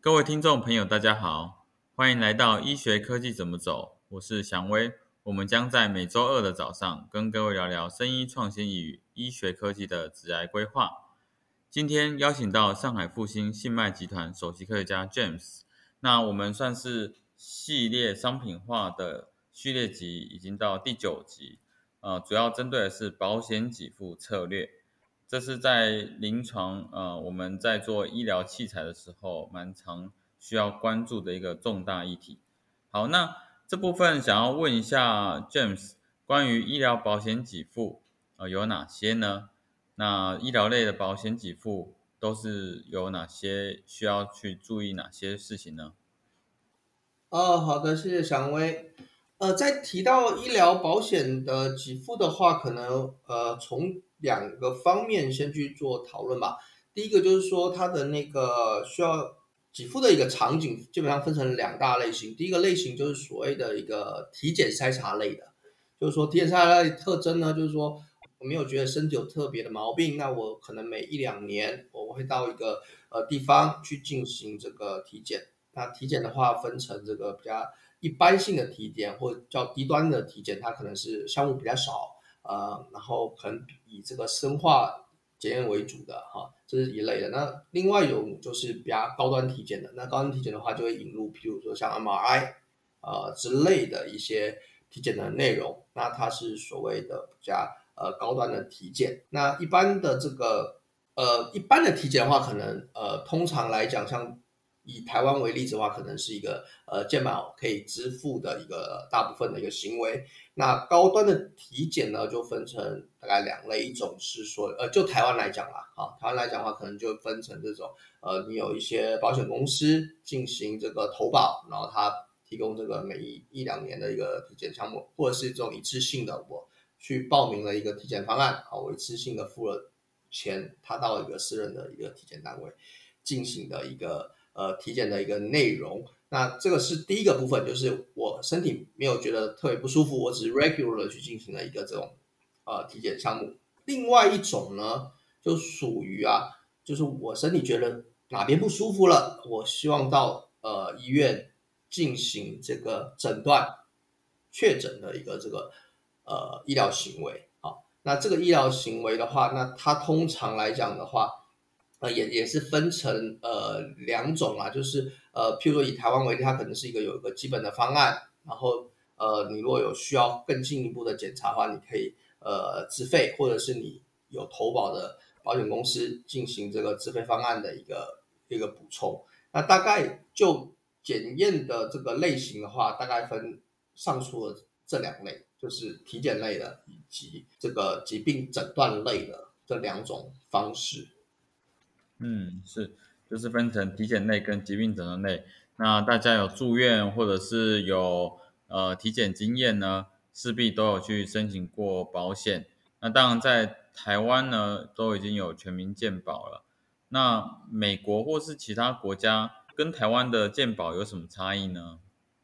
各位听众朋友，大家好，欢迎来到医学科技怎么走，我是祥威。我们将在每周二的早上跟各位聊聊生医创新与医学科技的职涯规划。今天邀请到上海复兴信脉集团首席科学家 James，那我们算是系列商品化的序列集已经到第9集，主要针对的是保险给付策略。这是在临床我们在做医疗器材的时候蛮常需要关注的一个重大议题。好，那这部分想要问一下 James， 关于医疗保险给付有哪些呢？那医疗类的保险给付都是有哪些需要去注意哪些事情呢？ 好的，谢谢祥威。在提到医疗保险的给付的话，可能从两个方面先去做讨论吧。第一个就是说，它的那个需要给付的一个场景，基本上分成两大类型。第一个类型就是所谓的一个体检筛查类的，就是说体检筛查类的特征呢，就是说我没有觉得身体有特别的毛病，那我可能每1-2年我会到一个地方去进行这个体检。那体检的话，分成这个比较一般性的体检或较低端的体检，它可能是项目比较少，然后可能以这个生化检验为主的哈，这是一类的。那另外有就是比较高端体检的，那高端体检的话就会引入，譬如说像 MRI 之类的一些体检的内容，那它是所谓的比较高端的体检。那一般的这个一般的体检的话，可能通常来讲，像以台湾为例子的话，可能是一个健保可以支付的一个大部分的一个行为。那高端的体检呢，就分成大概两类，一种是说就台湾来讲啦，台湾来讲的话，可能就分成这种你有一些保险公司进行这个投保，然后它提供这个每1-2年的一个体检项目，或者是这种一次性的，我去报名了一个体检方案，我一次性的付了钱，他到一个私人的一个体检单位进行的一个体检的一个内容。那这个是第一个部分，就是我身体没有觉得特别不舒服，我只是 regular 的去进行了一个这种体检项目。另外一种呢，就属于就是我身体觉得哪边不舒服了，我希望到医院进行这个诊断确诊的一个这个医疗行为。好，那这个医疗行为的话，那它通常来讲的话，也是分成两种啦，就是譬如说以台湾为例，它可能是有一个基本的方案，然后你如果有需要更进一步的检查的话，你可以自费，或者是你有投保的保险公司进行这个自费方案的一个补充。那大概就检验的这个类型的话，大概分上述的这两类，就是体检类的以及这个疾病诊断类的这两种方式。 是，就是分成体检类跟疾病诊断类。那大家有住院或者是有体检经验呢，势必都有去申请过保险。那当然在台湾呢，都已经有全民健保了。那美国或是其他国家跟台湾的健保有什么差异呢？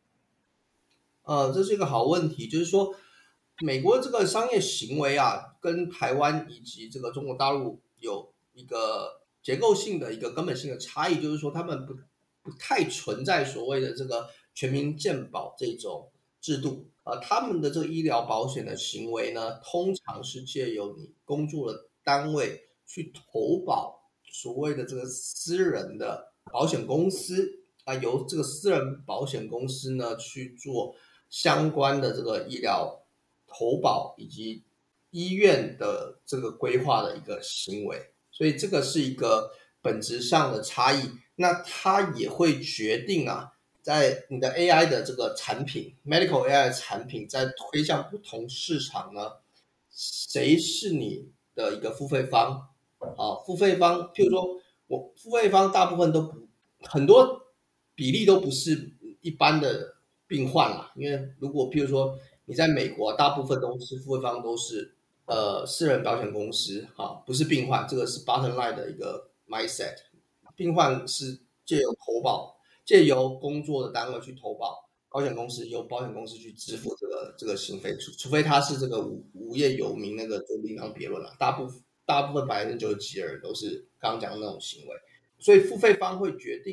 这是一个好问题，就是说，美国这个商业行为跟台湾以及这个中国大陆有一个结构性的一个根本性的差异，就是说，他们不太存在所谓的这个全民健保这种制度，他们的这个医疗保险的行为呢，通常是借由你工作的单位去投保所谓的这个私人的保险公司由这个私人保险公司呢去做相关的这个医疗投保以及医院的这个规划的一个行为，所以这个是一个本质上的差异。那它也会决定在你的 AI 的这个产品 medical AI 的产品在推向不同市场呢，谁是你的一个付费方付费方，譬如说我付费方大部分都不很多比例都不是一般的病患啦，因为如果譬如说你在美国，大部分都是付费方都是私人保险公司不是病患，这个是 bottom line 的一个 mindset。病患是借由投保，借由工作的单位去投保，保险公司由保险公司去支付这个心费，除非他是这个无业游民，那个就另当别论了。大部分90%几的人都是刚刚讲的那种行为，所以付费方会决定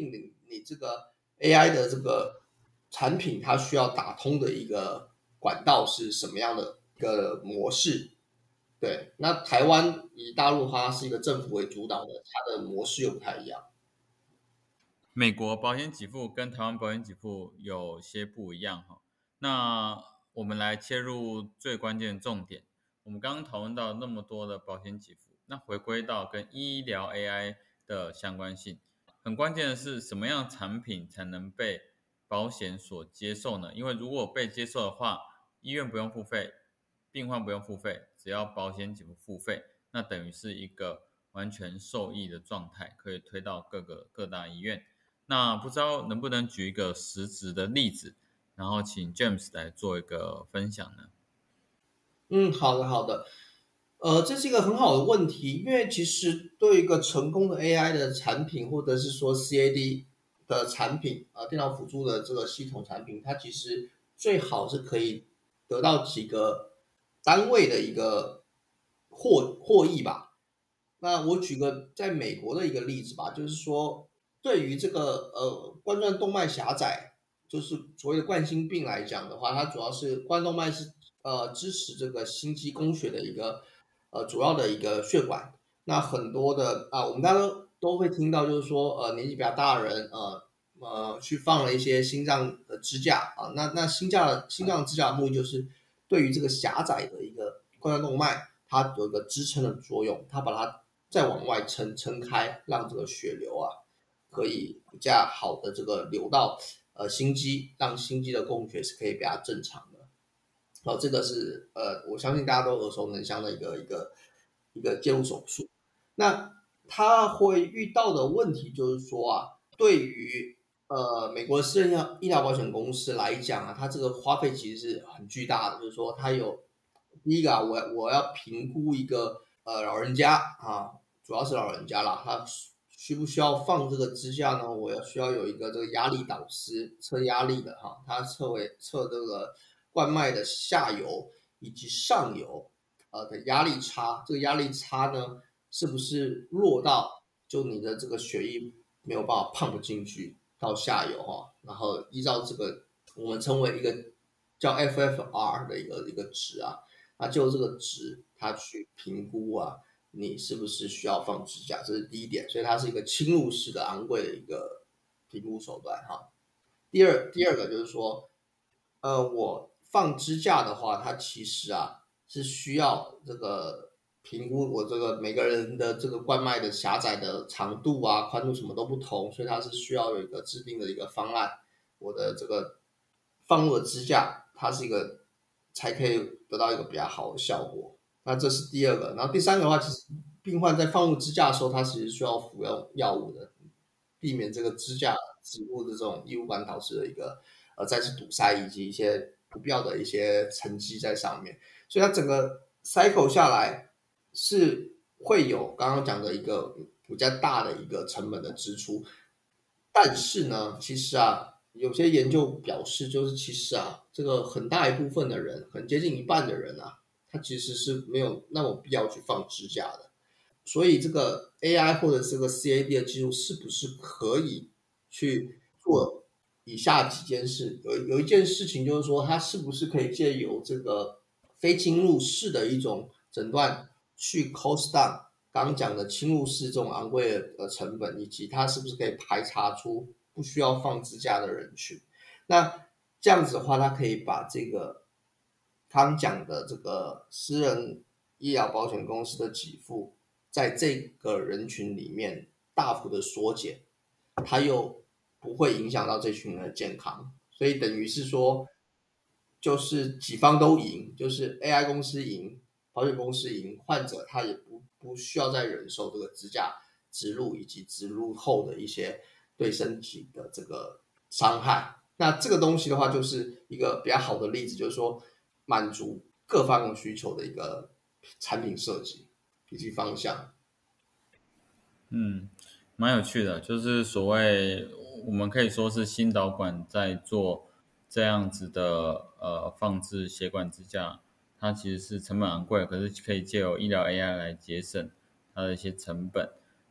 你这个 AI 的这个产品，它需要打通的一个管道是什么样的一个模式？对，那台湾以大陆它是一个政府为主导的，它的模式又不太一样。 美国保险给付跟台湾保险给付有些不一样哈。那我们来切入最关键的重点。我们刚刚讨论到那么多的保险给付，那回归到跟医疗 AI 的相关性，很关键的是什么样的产品才能被保险所接受呢？因为如果被接受的话，医院不用付费，病患不用付费，只要保险给付付费，那等于是一个完全受益的状态，可以推到各大医院。那不知道能不能举一个实质的例子，然后请 James 来做一个分享呢？ 好的好的，这是一个很好的问题，因为其实对一个成功的 AI 的产品，或者是说 CAD 的产品，电脑辅助的这个系统产品，它其实最好是可以得到几个单位的一个获益吧。那我举个在美国的一个例子吧，就是说，对于这个冠状动脉狭窄，就是所谓的冠心病来讲的话，它主要是冠动脉是支持这个心肌供血的一个主要的一个血管。那很多的我们大家都会听到，就是说年纪比较大的人去放了一些心脏的支架那心脏支架的目的就是对于这个狭窄的一个冠状动脉，它有一个支撑的作用，它把它再往外撑开，让这个血流可以比较好的这个流到心肌，让心肌的供血是可以比较正常的。这个是我相信大家都耳熟能详的一个介入手术。那他会遇到的问题就是说对于美国私人医疗保险公司来讲它这个花费其实是很巨大的，就是说它有第一个我要评估一个老人家主要是老人家啦，他需不需要放这个支架呢？我需要有一个这个压力导师测压力的它测这个冠脉的下游以及上游的压力差，这个压力差呢是不是弱到就你的这个血液没有办法 pump 进去到下游然后依照这个我们称为一个叫 FFR 的一个值那就这个值它去评估你是不是需要放支架，这是第一点，所以它是一个侵入式的昂贵的一个评估手段第二个就是说，我放支架的话，它其实是需要这个评估我这个每个人的这个冠脉的狭窄的长度宽度什么都不同，所以它是需要有一个制定的一个方案。我的这个放入的支架，它是一个才可以得到一个比较好的效果。那这是第二个，然后第三个的话，其实病患在放入支架的时候，他其实需要服用药物的，避免这个支架植入的这种异物感导致的一个再次堵塞以及一些不必要的一些沉积在上面，所以它整个 cycle 下来是会有刚刚讲的一个比较大的一个成本的支出，但是呢，其实有些研究表示，就是其实这个很大一部分的人，很接近一半的人他其实是没有那么必要去放支架的。所以这个 AI 或者这个 CAD 的技术是不是可以去做以下几件事？有一件事情就是说，它是不是可以借由这个非侵入式的一种诊断去 cost down 刚刚讲的侵入式这种昂贵的成本，以及它是不是可以排查出不需要放支架的人群？那这样子的话，它可以把这个刚讲的这个私人医疗保险公司的给付，在这个人群里面大幅的缩减，它又不会影响到这群人的健康，所以等于是说，就是几方都赢，就是 AI 公司赢，保险公司赢，患者他也不需要再忍受这个支架植入以及植入后的一些对身体的这个伤害。那这个东西的话，就是一个比较好的例子，就是说满足各方的需求的一个产品设计以及方向。 嗯，蛮有趣的，就是所谓我们可以说是心导管在做这样子的放置血管支架，它其实是成本昂贵，可是可以借由医疗 AI 来节省它的一些成本。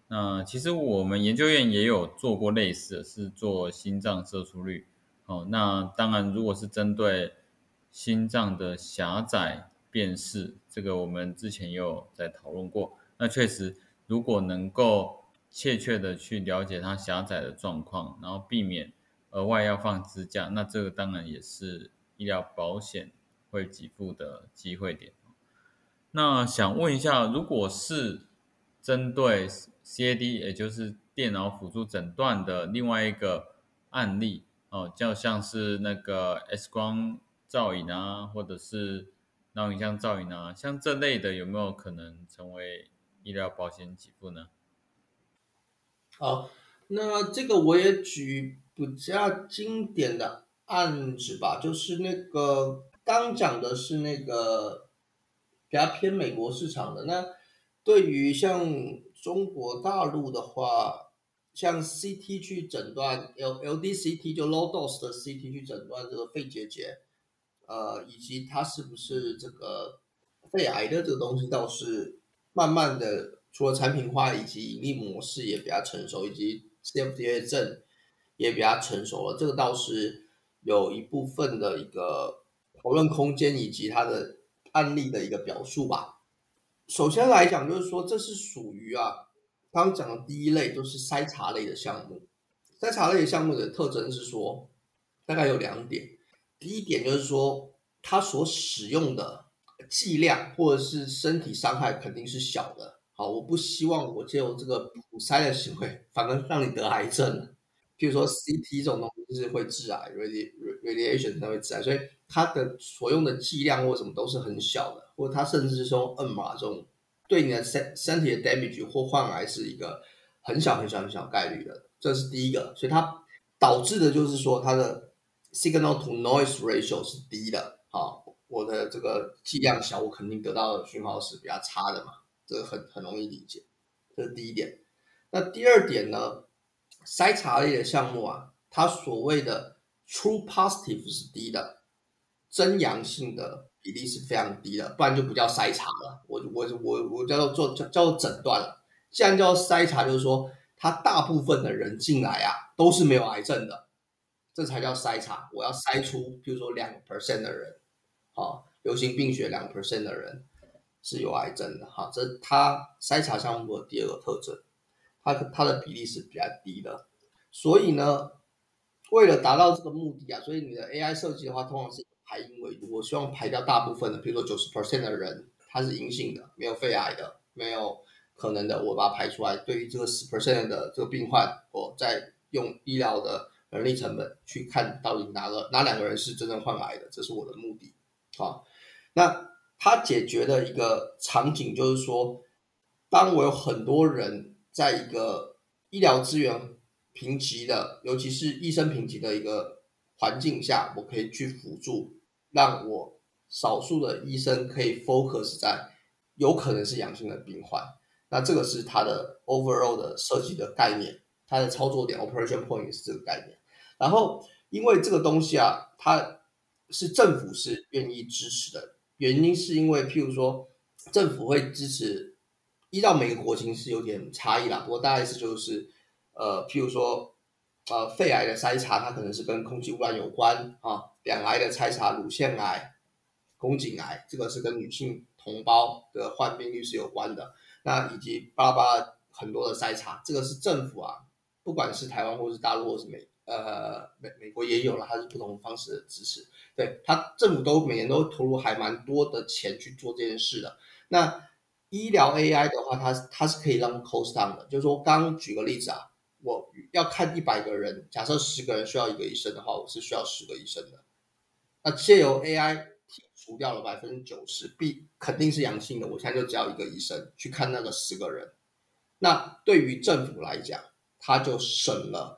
那其实我们研究院也有做过类似的，是做心脏射出率。哦，那当然，如果是针对心脏的狭窄辨识，这个我们之前也有在讨论过。那确实，如果能够切的去了解它狭窄的状况，然后避免额外要放支架，那这个当然也是医疗保险会给付的机会点。那想问一下，如果是针对 CAD，也就是电脑辅助诊断的另外一个案例，哦，就像是那个 X 光造影啊，或者是脑影像造影啊，像这类的有没有可能成为医疗保险给付呢？ 好，那这个我也举比较经典的案子吧，就是那个刚讲的是那个比较偏美国市场的。那对于像中国大陆的话，像 CT 去诊断 LDCT 就 low dose 的 CT 去诊断这个肺结节，以及它是不是这个肺癌的这个东西，倒是慢慢的，除了产品化以及盈利模式也比较成熟，以及 CFDA 证也比较成熟了，这个倒是有一部分的一个讨论空间，以及它的案例的一个表述吧。首先来讲，就是说这是属于刚刚讲的第一类，就是筛查类的项目。筛查类的项目的特征是说，大概有两点。第一点就是说，它所使用的剂量或者是身体伤害肯定是小的。好，我不希望我借由这个普筛的行为，反而让你得癌症。譬如说 CT 这种东西是会致癌，radiation 它会致癌，所以它的所用的剂量或什么都是很小的，或者它甚至是用 NMR 这种对你的身体的 damage 或患癌是一个很小很小很小概率的，这是第一个，所以它导致的就是说它的 signal to noise ratio 是低的。好，我的这个剂量小，我肯定得到的讯号是比较差的嘛，这个很容易理解，这是第一点。那第二点呢，筛查类的项目它所谓的 true positive 是低的，真阳性的比例是非常低的，不然就不叫筛查了，我叫做诊断了。既然叫筛查，就是说它大部分的人进来都是没有癌症的，这才叫筛查。我要筛出，比如说2% 的人，流行病学2% 的人是有癌症的，这是它筛查项目的第二个特征，它的比例是比较低的。所以呢，为了达到这个目的所以你的 AI 设计的话，通常是排因为我希望排掉大部分的，比如说90% 的人他是阴性的，没有肺癌的，没有可能的，我把它排出来。对于这个10% 的这个病患，我再用医疗的人力成本去看到底哪两个人是真正患癌的，这是我的目的。那它解决的一个场景就是说，当我有很多人在一个医疗资源评级的，尤其是医生评级的一个环境下，我可以去辅助，让我少数的医生可以 focus 在有可能是阳性的病患。那这个是它的 overall 的设计的概念，它的操作点 operation point 是这个概念。然后因为这个东西它是政府是愿意支持的，原因是因为譬如说政府会支持，依照每个国情是有点差异啦，不过大概是就是譬如说肺癌的筛查它可能是跟空气污染有关两癌的筛查乳腺癌、宫颈癌，这个是跟女性同胞的患病率是有关的。那以及巴拉巴拉很多的筛查，这个是政府不管是台湾或是大陆或是美国也有了，它是不同方式的支持。对，它政府都每年都投入还蛮多的钱去做这件事的。那医疗 AI 的话，它是可以让 cost down 的，就是说刚刚举个例子我要看100个人，假设10个人需要1个医生的话，我是需要10个医生的。那借由 AI 剔除掉了90%，肯定是阳性的，我现在就只要1个医生去看那个10个人。那对于政府来讲，他就省了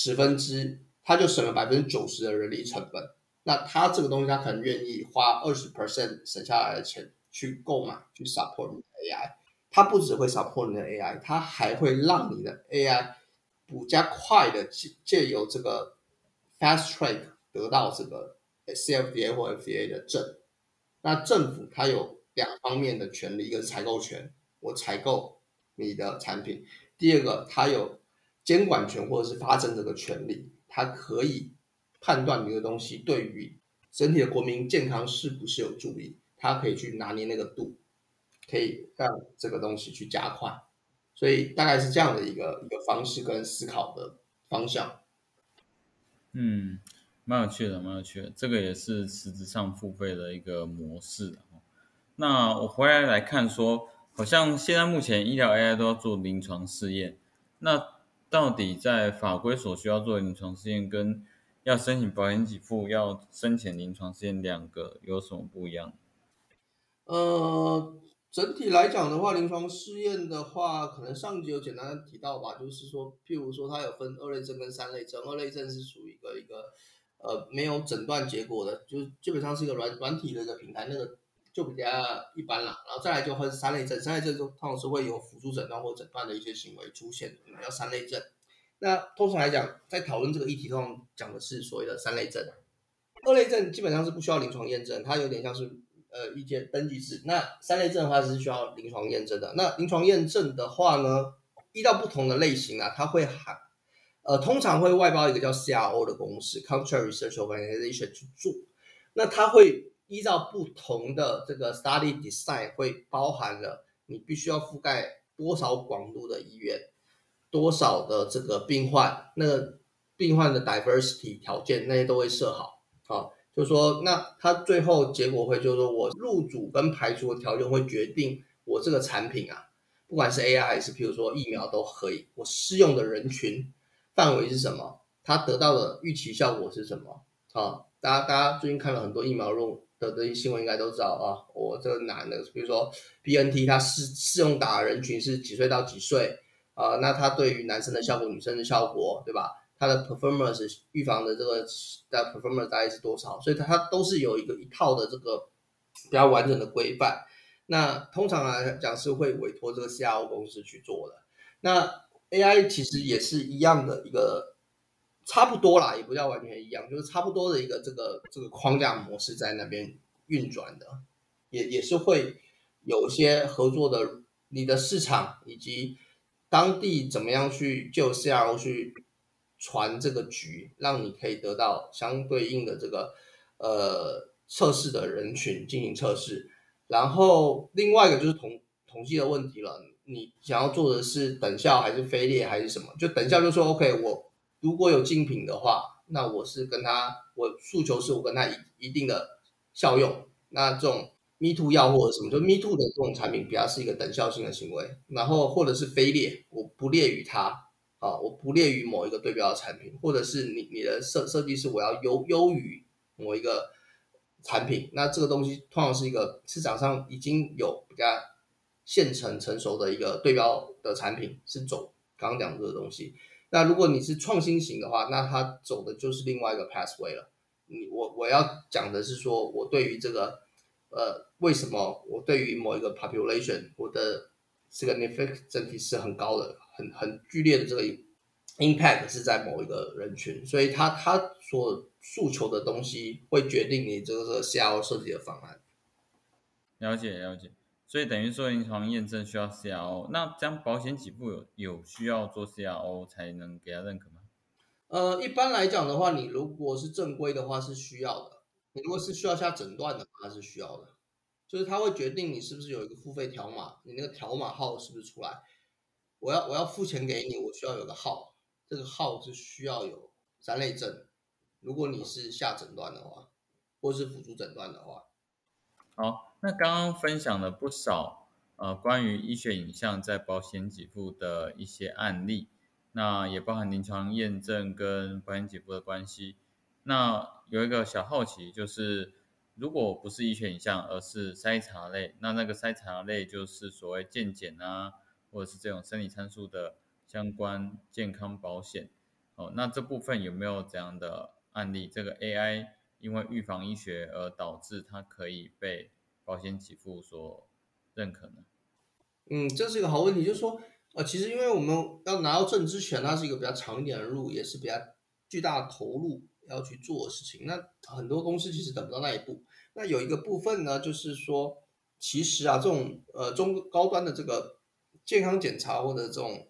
90%的人力成本。那他这个东西，他可能愿意花20% 省下来的钱去购买，去 support 你的 AI。它不只会 support 你的 AI，它还会让你的 AI 比较快的借由这个 fast track 得到这个 CFDA 或 FDA 的证。那政府它有2方面的权利，一个是采购权，我采购你的产品； 第二个，它有监管权或者是发证这个权利，它可以判断你的东西对于整体的国民健康是不是有助益，它可以去拿捏那个度，可以让这个东西去加快。所以大概是这样的一个方式跟思考的方向。 嗯，蛮有趣的，蛮有趣的。这个也是实质上付费的一个模式。那我回来看说，好像现在目前医疗 AI 都要做临床试验，那到底在法规所需要做的临床试验跟要申请保险给付要申请临床试验两个有什么不一样？ 呃，整体来讲的话，临床试验的话，可能上集有简单的提到吧，就是说，譬如说它有分二类症跟三类症，二类症是属于一个没有诊断结果的，就是基本上是一个软体的一个平台，那个就比较一般啦。然后再来就会是三类症，三类症就通常是会有辅助诊断或诊断的一些行为出现的，我们叫三类症。那通常来讲，在讨论这个议题，通常讲的是所谓的三类症。二类症基本上是不需要临床验证，它有点像是意见登记制。那三类症的话是需要临床验证的。那临床验证的话呢，依照不同的类型啊，它会通常会外包一个叫 CRO 的公司 （Contract Research Organization） 去做。那它会依照不同的这个 study design，会包含了你必须要覆盖多少广度的医院，多少的这个病患，那个病患的 diversity 条件那些都会设好。好，就是说，那它最后结果会就是说我入组跟排除的条件会决定我这个产品啊，不管是 AI 还是譬如说疫苗都可以，我适用的人群范围是什么，它得到的预期效果是什么。啊，大家最近看了很多疫苗论的一些新闻，应该都知道啊。我这个男的，比如说 BNT，它适用打的人群是几岁到几岁那它对于男生的效果、女生的效果，对吧？它的 performance 预防的这个的 performance 大概是多少？所以它都是有一套的这个比较完整的规范。那通常来讲是会委托这个 CRO 公司去做的。那 AI 其实也是一样的一个差不多啦，也不叫完全一样，就是差不多的一个这个框架模式在那边运转的，也是会有一些合作的，你的市场以及当地怎么样去就 CRO 去传这个局，让你可以得到相对应的这个测试的人群进行测试。然后另外一个就是统计的问题了，你想要做的是等效还是非列还是什么？就等效就说 OK，我如果有竞品的话，那我是跟他，我诉求是我跟他一定的效用。那这种 Me Too 药或者什么，就 Me Too 的这种产品，比较是一个等效性的行为。然后或者是非列，我不列于它我不列于某一个对标的产品，或者是你的设计是我要优于某一个产品。那这个东西通常是一个市场上已经有比较现成熟的一个对标的产品，是走刚刚讲的这个东西。那如果你是创新型的话，那它走的就是另外一个 pathway 了。我要讲的是说，我对于这个为什么我对于某一个 population 我的 significance 是很高的，很剧烈的这个 impact 是在某一个人群，所以他所诉求的东西会决定你这个 CRO 设计的方案。 了解了解。所以等于说临床验证需要 CRO，那这样保险给付有需要做 CRO 才能给他认可吗？ 一般来讲的话，你如果是正规的话是需要的，你如果是需要下诊断的话是需要的，就是它会决定你是不是有一个付费条码，你那个条码号是不是出来。我要付钱给你，我需要有个号，这个号是需要有三类证。如果你是下诊断的话，或是辅助诊断的话， 好，那刚刚分享了不少关于医学影像在保险给付的一些案例，那也包含临床验证跟保险给付的关系。那有一个小好奇，就是如果不是医学影像，而是筛查类，那个筛查类就是所谓健检啊，或者是这种生理参数的相关健康保险。哦，那这部分有没有这样的案例？这个 AI 因为预防医学而导致它可以被保险给付所认可呢？ 这是一个好问题，就是说，其实因为我们要拿到证之前，它是一个比较长一点的路，也是比较巨大的投入要去做的事情。那很多公司其实等不到那一步。那有一个部分呢，就是说，其实啊，这种中高端的这个健康检查或者这种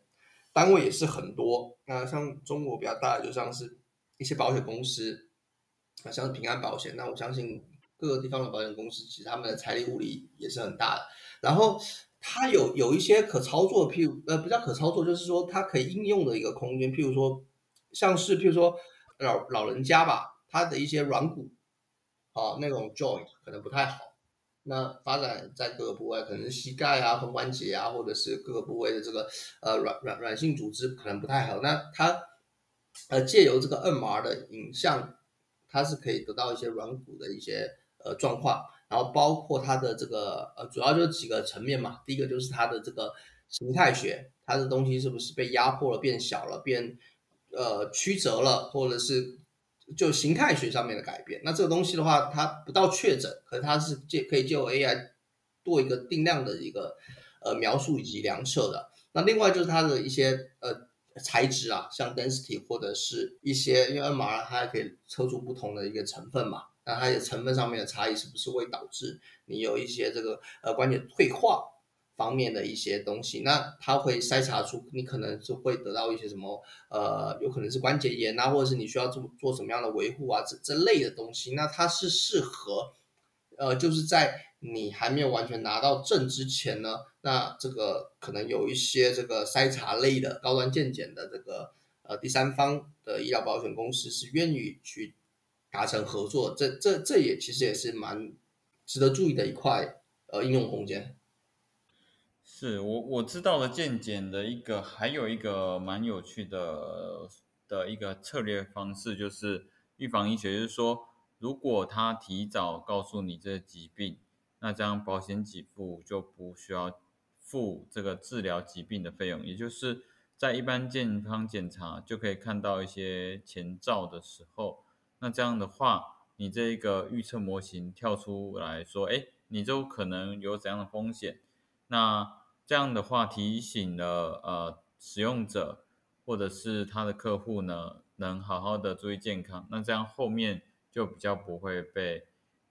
单位也是很多。那像中国比较大的，就像是一些保险公司，像是平安保险，那我相信各个地方的保险公司其实他们的财力物力也是很大的。然后它有一些可操作，譬如不叫可操作，就是说它可以应用的一个空间，譬如说像是譬如说老人家吧，他的一些软骨那种 joint 可能不太好。那发展在各个部位，可能是膝盖啊、髋关节啊，或者是各个部位的这个软性组织可能不太好。那它借由这个 MR 的影像，它是可以得到一些软骨的一些状况，然后包括它的这个主要就是几个层面嘛。第一个就是它的这个形态学，它的东西是不是被压迫了、变小了、变曲折了，或者是就形态学上面的改变。那这个东西的话，它不到确诊，可是它是可以借由 AI 做一个定量的一个描述以及量测的。那另外就是它的一些材质啊，像 density 或者是一些，因为 MR 它还可以测出不同的一个成分嘛，那它的成分上面的差异是不是会导致你有一些这个关节退化方面的一些东西？那它会筛查出你可能是会得到一些什么有可能是关节炎啊，或者是你需要做什么样的维护啊，这类的东西。那它是适合就是在你还没有完全拿到证之前呢，那这个可能有一些这个筛查类的高端健检的这个第三方的医疗保险公司是愿意去达成合作，这也其实也是蛮值得注意的一块应用空间。 是我知道的健检的还有一个蛮有趣的一个策略方式，就是预防医学，就是说，如果他提早告诉你这个疾病，那这样保险给付就不需要付这个治疗疾病的费用，也就是在一般健康检查就可以看到一些前兆的时候，那这样的话，你这一个预测模型跳出来说，哎，你就可能有怎样的风险。那这样的话提醒了使用者或者是他的客户呢，能好好的注意健康。那这样后面就比较不会被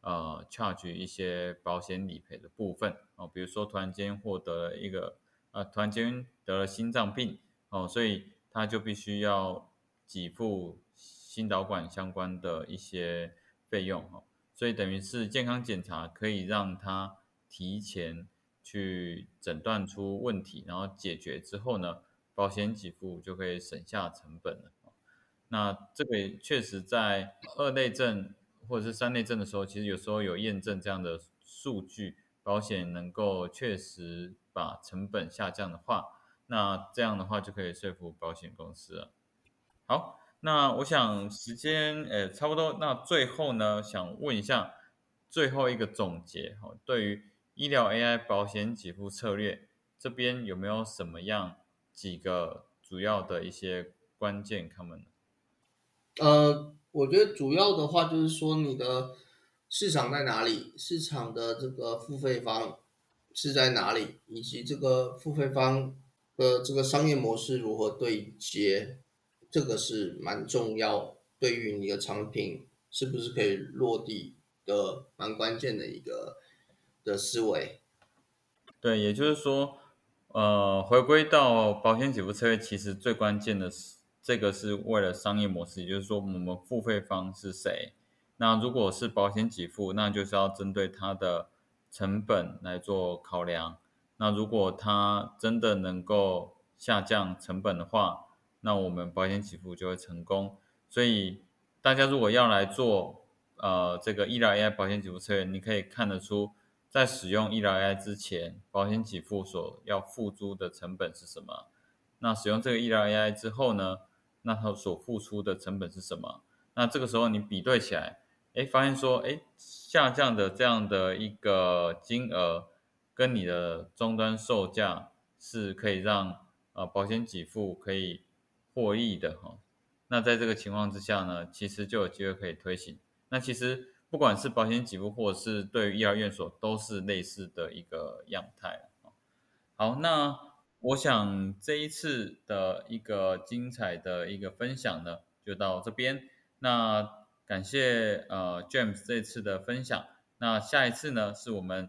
charge 一些保险理赔的部分哦，比如说突然间获得了突然间得了心脏病哦，所以他就必须要给付心导管相关的一些费用哦。所以等于是健康检查可以让他提前去诊断出问题，然后解决之后呢，保险给付就可以省下成本了。那这个也确实在二类症或者是三类症的时候，其实有时候有验证这样的数据，保险能够确实把成本下降的话，那这样的话就可以说服保险公司了。好，那我想时间差不多，那最后呢，想问一下最后一个总结哈，对于医疗 AI 保险给付策略这边有没有什么样几个主要的一些关键 comment 呢？ 我觉得主要的话就是说你的市场在哪里，市场的这个付费方是在哪里，以及这个付费方的这个商业模式如何对接，这个是蛮重要，对于你的产品是不是可以落地的蛮关键的一个的思维。 对，也就是说，回归到保险给付策略，其实最关键的是，这个是为了商业模式，也就是说，我们付费方是谁？那如果是保险给付，那就是要针对它的成本来做考量。那如果它真的能够下降成本的话，那我们保险给付就会成功。所以，大家如果要来做这个医疗 AI 保险给付策略，你可以看得出。在使用医疗 AI 之前，保险给付所要付出的成本是什么？那使用这个医疗 AI 之后呢？那它所付出的成本是什么？那这个时候你比对起来，哎，发现说，哎，下降的这样的一个金额，跟你的终端售价是可以让保险给付可以获益的哈。那在这个情况之下呢，其实就有机会可以推行。那其实不管是保险给付，或者是对于医疗院所，都是类似的一个样态。好，那我想这一次的一个精彩的一个分享呢，就到这边。那感谢James 这次的分享。那下一次呢，是我们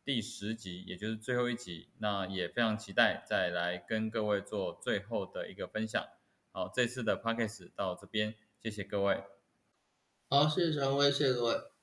第10集，也就是最后一集。那也非常期待再来跟各位做最后的一个分享。好，这次的 Podcast 到这边，谢谢各位。 好，谢谢常威，谢谢各位。